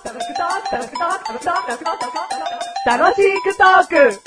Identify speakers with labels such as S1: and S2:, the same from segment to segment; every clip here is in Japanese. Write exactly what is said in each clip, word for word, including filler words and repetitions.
S1: 楽しくトーク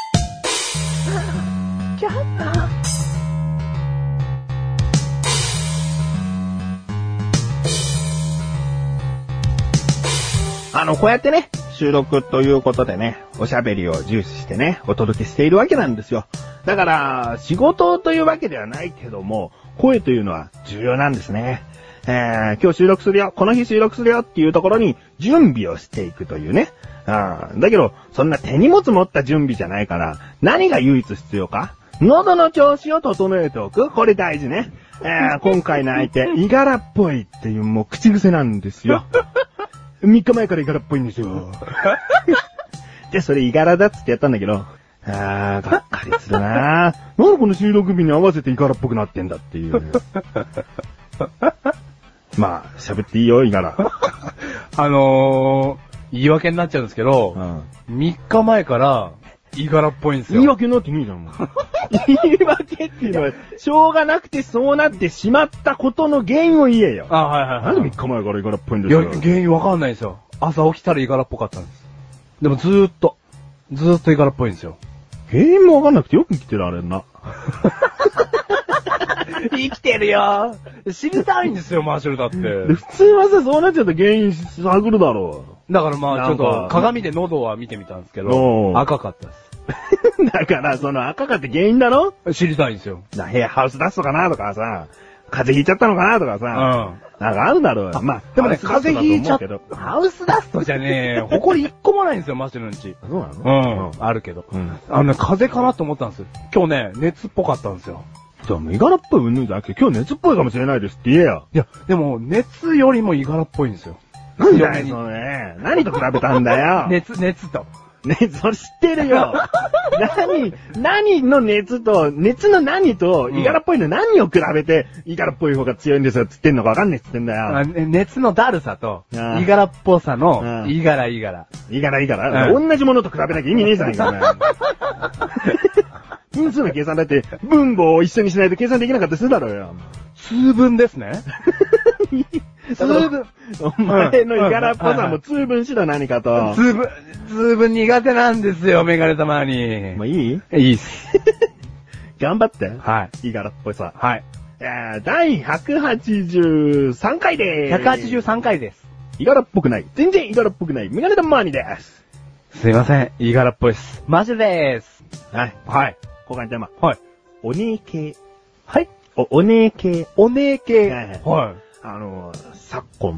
S2: あの、こうやってね、収録ということでね、おしゃべりを重視してね、お届けしているわけなんですよ。だから、仕事というわけではないけども、声というのは重要なんですね。えー、今日収録するよ、この日収録するよっていうところに準備をしていくというね。あだけど、そんな手荷物持った準備じゃないから、何が唯一必要か？喉の調子を整えておく。これ大事ね。えー、今回の相手、イガラっぽいっていうもう口癖なんですよ。みっかまえからイガラっぽいんですよ。で、それイガラだっつってやったんだけど、あー、がっかりするなー。なんでこの収録日に合わせてイガラっぽくなってんだっていう。まあ、喋っていいよ、イガラ。
S1: あのー、言い訳になっちゃうんですけど、
S2: うん、
S1: みっかまえからイガラっぽいんですよ。
S2: 言い訳になってねえじゃん、もう。言い訳っていうのは、しょうがなくてそうなってしまったことの原因を言えよ。
S1: あ、はいはいはい。
S2: なんでみっかまえからイガラっぽいんですよ。
S1: いや、原因わかんないんですよ。朝起きたらイガラっぽかったんです。でもずーっと、ずーっとイガラっぽいんですよ。
S2: 原因もわかんなくてよく生きてられんな。
S1: 生きてるよー。知りたいんですよ、マーシュルだって。
S2: で普通はさ、そうなっちゃったら原因探るだろ
S1: だからまあ、ちょっと
S2: なんか
S1: 鏡で喉は見てみたんですけ
S2: う
S1: ど、
S2: ん
S1: 赤かったで
S2: う。だから、その赤かって原因だろ？
S1: す。知りたいんですよ。
S2: なヘアハウスダストかなとかさ、風邪ひいちゃったのかなとかさ、
S1: うん。
S2: なんかあるだろうよ。まあ、
S1: でもね、風邪ひいちゃっ
S2: けど。
S1: た。ハウスダストじゃねえ。ほこり一個もないんですよ、マシュルんち。
S2: そうなの？
S1: うん。あるけど。
S2: うん。
S1: あのね、風邪かなと思ったんですよ。今日ね、熱っぽかったんですよ。
S2: じゃあもうイガラっぽいうんぬんじゃなくて、今日熱っぽいかもしれないですって言えよ。
S1: いや、でも、熱よりもイガラっぽいんですよ。
S2: なんだよ、それ。何と比べたんだよ。
S1: 熱、熱と。
S2: ね、それ知ってるよ。何、何の熱と、熱の何と、イガラっぽいの何を比べて、イガラっぽい方が強いんですよって言ってんのかわかんねえって言ってんだよ。
S1: あね熱のだるさと、
S2: ああ
S1: イガラっぽさ
S2: う
S1: の、
S2: ん
S1: イガライガラ。
S2: イガライガラ、
S1: うん
S2: 同じものと比べなきゃ意味ねえじゃねえか、お前。因数の計算だって、分母を一緒にしないと計算できなかったりするだろうよ。
S1: 数分ですね。
S2: 数分。お前のイガラっぽさも通分しろ何かと。
S1: 数分、数分苦手なんですよ、メガネたまに。
S2: もういい
S1: いいっす。
S2: 頑張って。
S1: はい。
S2: イガラっぽさ。
S1: はい。
S2: えー、だいひゃくはちじゅうさんかいでーす。
S1: ひゃくはちじゅうさんかいです。
S2: イガラっぽくない。全然イガラっぽくない。メガネたまーにです。
S1: すいません、イガラっぽいです。マジでーす。
S2: はい。
S1: はい。
S2: 交換テーマ。
S1: はい。
S2: おねえ系。
S1: はい。
S2: お、おねえ系。
S1: おねえ系。
S2: はいはい
S1: はい。
S2: あのー、昨今。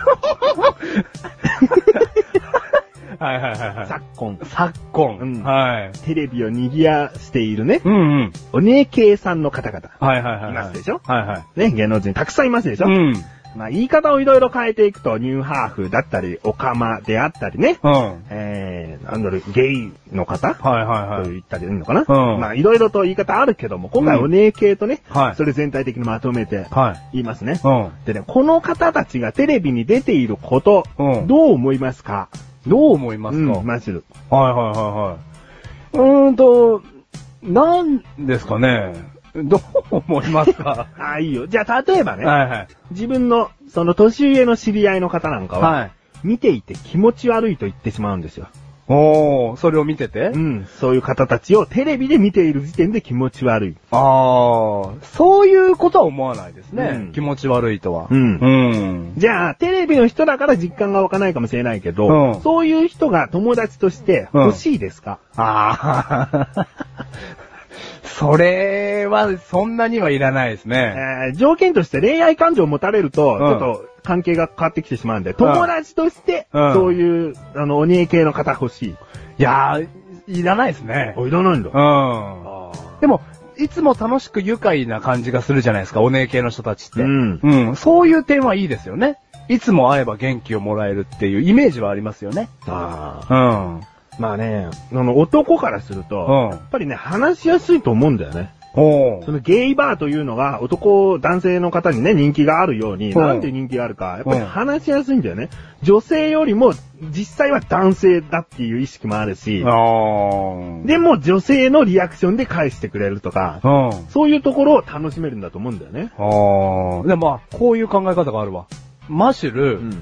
S1: はいはいはいはい。
S2: 昨今。
S1: 昨今。
S2: うん
S1: はい。
S2: テレビを賑わしているね。
S1: うんうん。
S2: おねえ系さんの方々。
S1: はいはいはい。
S2: いますでしょ
S1: はいはい。
S2: ね、芸能人たくさんいますでしょ、
S1: うん。
S2: まあ、言い方をいろいろ変えていくと、ニューハーフだったり、オカマであったりね。
S1: うん。
S2: えー、なんだろう、ゲイの方
S1: はいはいはい。
S2: と言ったりいいのかな、
S1: うん
S2: まあ、いろいろと言い方あるけども、今回
S1: うん
S2: おねえ系とね、
S1: はい
S2: それ全体的にまとめて
S1: はい。
S2: 言いますね。
S1: うん。
S2: でね、この方たちがテレビに出ていること、
S1: うん
S2: どう思いますか？
S1: どう思いますか、
S2: うん、マジで。
S1: はいはいはいはい。うーんと、なんですかね。どう思いますか
S2: ああ、いいよ。じゃあ、例えばね、
S1: はいはい。
S2: 自分の、その年上の知り合いの方なんかは、
S1: はい。
S2: 見ていて気持ち悪いと言ってしまうんですよ。
S1: おー、それを見てて、
S2: うん、そういう方たちをテレビで見ている時点で気持ち悪い。
S1: あー、そういうことは思わないですね。
S2: うん
S1: 気持ち悪いとは。
S2: うん
S1: うん。
S2: じゃあ、テレビの人だから実感が湧かないかもしれないけど、
S1: うん
S2: そういう人が友達として欲しいですか？
S1: あー。それは、そんなにはいらないですね。
S2: えー条件として恋愛感情を持たれると、
S1: ん
S2: ちょっと関係が変わってきてしまうんで、友達として、
S1: うん
S2: そういう、あの、おにえ系の方欲しい。
S1: いやー、いらないですね。
S2: あ、いらないんだ。
S1: うん。
S2: あ
S1: でも、いつも楽しく愉快な感じがするじゃないですか、お姉系の人たちって。
S2: うん
S1: うん。そういう点はいいですよね。いつも会えば元気をもらえるっていうイメージはありますよね。
S2: あー。
S1: うん。
S2: まあね、あの、男からすると、
S1: うん
S2: やっぱりね、話しやすいと思うんだよね。
S1: おー。
S2: そのゲイバーというのが男、男性の方にね、人気があるように、
S1: うん
S2: なんで人気があるか、やっぱり話しやすいんだよね。女性よりも実際は男性だっていう意識もあるし、
S1: あー。
S2: でも女性のリアクションで返してくれるとか、
S1: うん。
S2: そういうところを楽しめるんだと思うんだよね。
S1: あー。でもまあ、こういう考え方があるわ。マシュル、
S2: うん。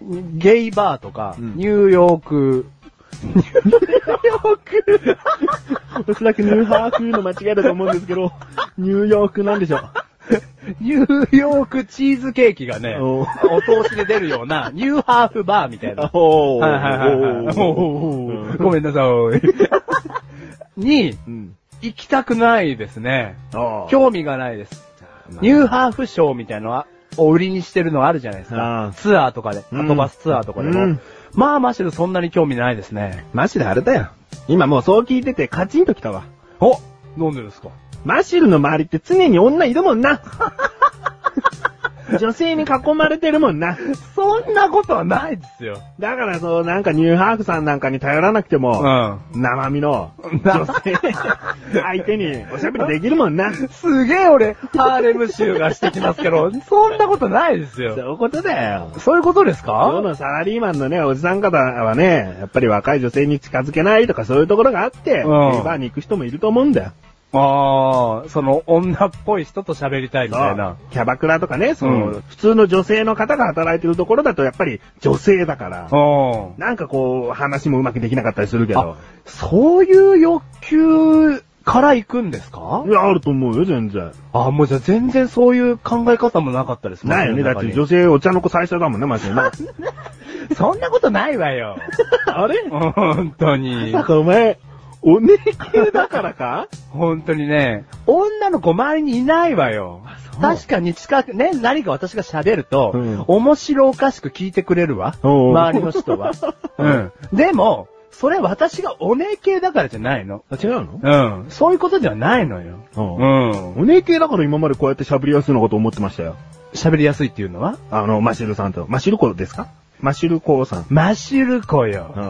S1: ゲイバーとか、
S2: うん、
S1: ニューヨーク、ニューヨーク
S2: おそらくニューハーフの間違いだと思うんですけど、ニューヨークなんでしょう。
S1: ニューヨークチーズケーキがね、お通しで出るような、ニューハーフバーみたいな。
S2: おー。
S1: はいはいはいはい。おー。ごめんなさい。に、うん、行きたくないですね。興味がないです。まあ、ニューハーフショーみたいなのは、を売りにしてるのあるじゃないですか。ツアーとかで、はとバスツアーとかでも。うん、まあ、マシルそんなに興味ないですね。
S2: マシルあれだよ。今もうそう聞いててカチンときたわ。
S1: お、なんでですか？
S2: マシルの周りって常に女いるもんな。女性に囲まれてるもんな。
S1: そんなことはないですよ。
S2: だからそう、なんかニューハーフさんなんかに頼らなくても、うん、生身の女性相手におしゃべりできるもんな。
S1: すげえ俺、ハーレム臭がしてきますけど、そんなことないですよ。
S2: そういうことだよ。
S1: そういうことですか？
S2: 世のサラリーマンのね、おじさん方はね、やっぱり若い女性に近づけないとかそういうところがあって、うん、バーに行く人もいると思うんだよ。
S1: ああ、その女っぽい人と喋りたいみたいな。
S2: キャバクラとかね、その、うん、普通の女性の方が働いてるところだとやっぱり女性だから、なんかこう話もうまくできなかったりするけど。
S1: そういう欲求から行くんですか？
S2: いや、あると思うよ、全然。
S1: あ、もうじゃあ全然そういう考え方もなかったですね。
S2: ないよね。だって女性お茶の子最初だもんね、マジで。
S1: そんなことないわよ。
S2: あれ？
S1: 本当に。
S2: なんかお前、お姉系だからか？
S1: 本当にね、女の子周りにいないわよ。確かに近く、ね、何か私が喋ると、うん、面白おかしく聞いてくれるわ。周りの人は。うん。でも、それ私がお姉系だからじゃないの。
S2: あ、違うの？
S1: うん。そういうことではないのよ。
S2: うん。うん、お姉系だから今までこうやって喋りやすいのかと思ってましたよ。
S1: 喋りやすいっていうのは？
S2: あの、マシルさんと。マシルコですか？マシルコさん。
S1: マシルコよ。うん。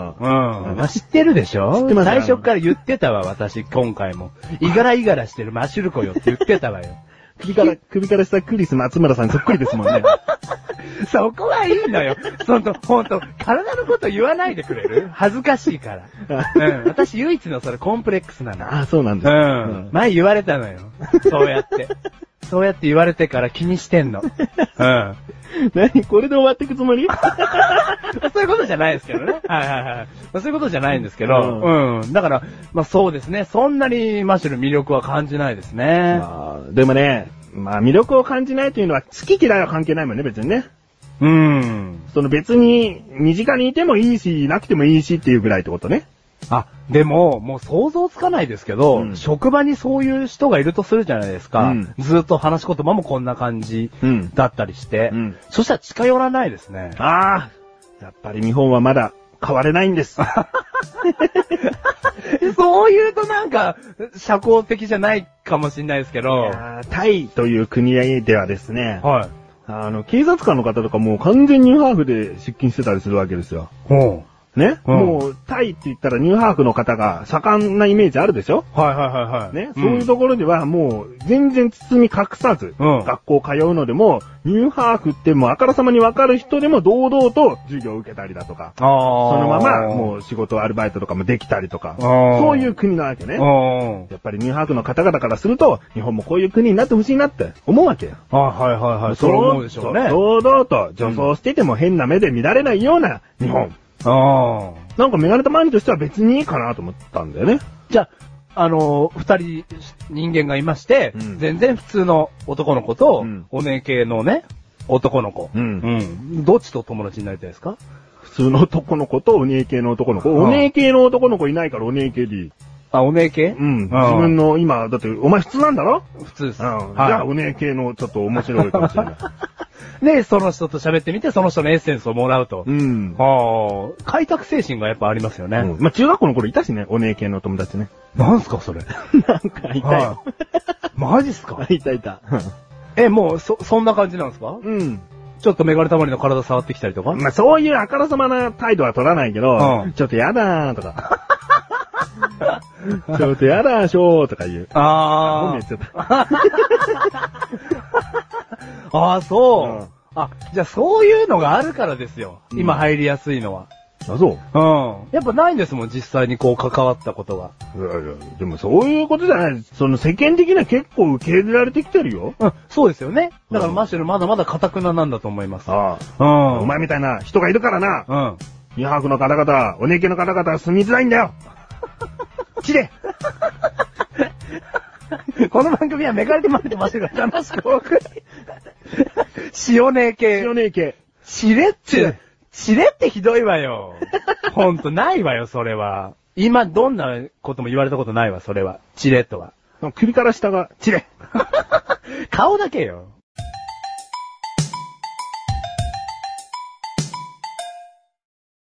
S1: うん。知ってるでしょ？知ってます。最初から言ってたわ、私、今回も。いがらいがらしてるマシルコよって言ってたわよ。
S2: 首から、首から下クリス松村さんそっくりですもんね。
S1: そこはいいのよ。そんと、ほんと、体のこと言わないでくれる？恥ずかしいから。うん。私唯一のそれコンプレックスなの。
S2: ああ、そうなんです。
S1: うん。前言われたのよ。そうやって。そうやって言われてから気にしてんの。うん。
S2: 何これで終わっていくつもり？
S1: そういうことじゃないですけどね。はいはいはい。まあ、そういうことじゃないんですけど、うん、うん。だから、まあそうですね。そんなにマシュル魅力は感じないですね。
S2: あでもね、まあ魅力を感じないというのは好き嫌いは関係ないもんね、別にね。
S1: うん。
S2: その別に身近にいてもいいし、なくてもいいしっていうぐらいってことね。
S1: あ、でも、もう想像つかないですけど、うん、職場にそういう人がいるとするじゃないですか。うん、ずっと話し言葉もこんな感じだったりして。うん、そしたら近寄らないですね。
S2: ああ、やっぱり日本はまだ変われないんです。
S1: そう言うとなんか、社交的じゃないかもしれないですけど。い
S2: やタイという国ではですね。
S1: はい。
S2: あの、警察官の方とかもう完全にニューハーフで出勤してたりするわけですよ。
S1: ほう。
S2: ね、うん、もう、タイって言ったらニューハーフの方が盛んなイメージあるでしょ？
S1: はいはいはいはい。
S2: ね、うん、そういうところではもう、全然包み隠さず、うん、学校通うのでも、ニューハーフってもうあからさまにわかる人でも堂々と授業を受けたりだとか、そのままもう仕事、アルバイトとかもできたりとか、そういう国なわけね。やっぱりニューハーフの方々からすると、日本もこういう国になってほしいなって思うわけよ。
S1: あはいはいはい。そう思うでしょうね。
S2: 堂々と女装してても変な目で見られないような日本。ああ。なんかメガネたマニとしては別にいいかなと思ったんだよね。
S1: じゃあ、あのー、二人人間がいまして、うん、全然普通の男の子と、うん、お姉系のね、男の子。うん。うん。どっちと友達になりたいですか？
S2: 普通の男の子とお姉系の男の子。お姉系の男の子いないからお姉系でいい。
S1: あ、お姉系？
S2: うん。自分の今、だってお前普通なんだろ？
S1: 普通です。
S2: うん。はい、じゃあお姉系のちょっと面白いかもしれない。
S1: で、その人と喋ってみて、その人のエッセンスをもらうと。うん。はあ。開拓精神がやっぱありますよね。うん。
S2: まあ、中学校の頃いたしね、お姉系の友達ね。
S1: なんすか、それ。
S2: なんかいたよ。
S1: マジっすか？
S2: いたいた。
S1: え、もう、そ、そんな感じなんですか？
S2: うん。
S1: ちょっとメガネたまりの体触ってきたりとか？
S2: まあ、そういうあからさまな態度は取らないけど、うん、ちょっとやだーとか。ちょっとやだーしょーとか言う。
S1: あー。
S2: 褒めちゃった。
S1: ああ、そう、うん。あ、じゃあそういうのがあるからですよ。今入りやすいのは。
S2: あ、そう。
S1: うん。やっぱないんですもん、実際にこう関わったことが。
S2: いやいや、でもそういうことじゃない。その世間的には結構受け入れられてきてるよ。
S1: うん、そうですよね。だからマッシュルまだまだ堅くななんだと思います。
S2: ああ。
S1: うん。
S2: お前みたいな人がいるからな。
S1: うん。
S2: 二泊の方々、お姉家の方々は住みづらいんだよ。チレ
S1: この番組はめがれてまれてましたから、楽しくお送り。塩姉系。
S2: 塩姉系。
S1: チレって、チレってひどいわよ。ほんとないわよ、それは。今どんなことも言われたことないわ、それは。チレとは。
S2: 首から下がチレ。
S1: 顔だけよ。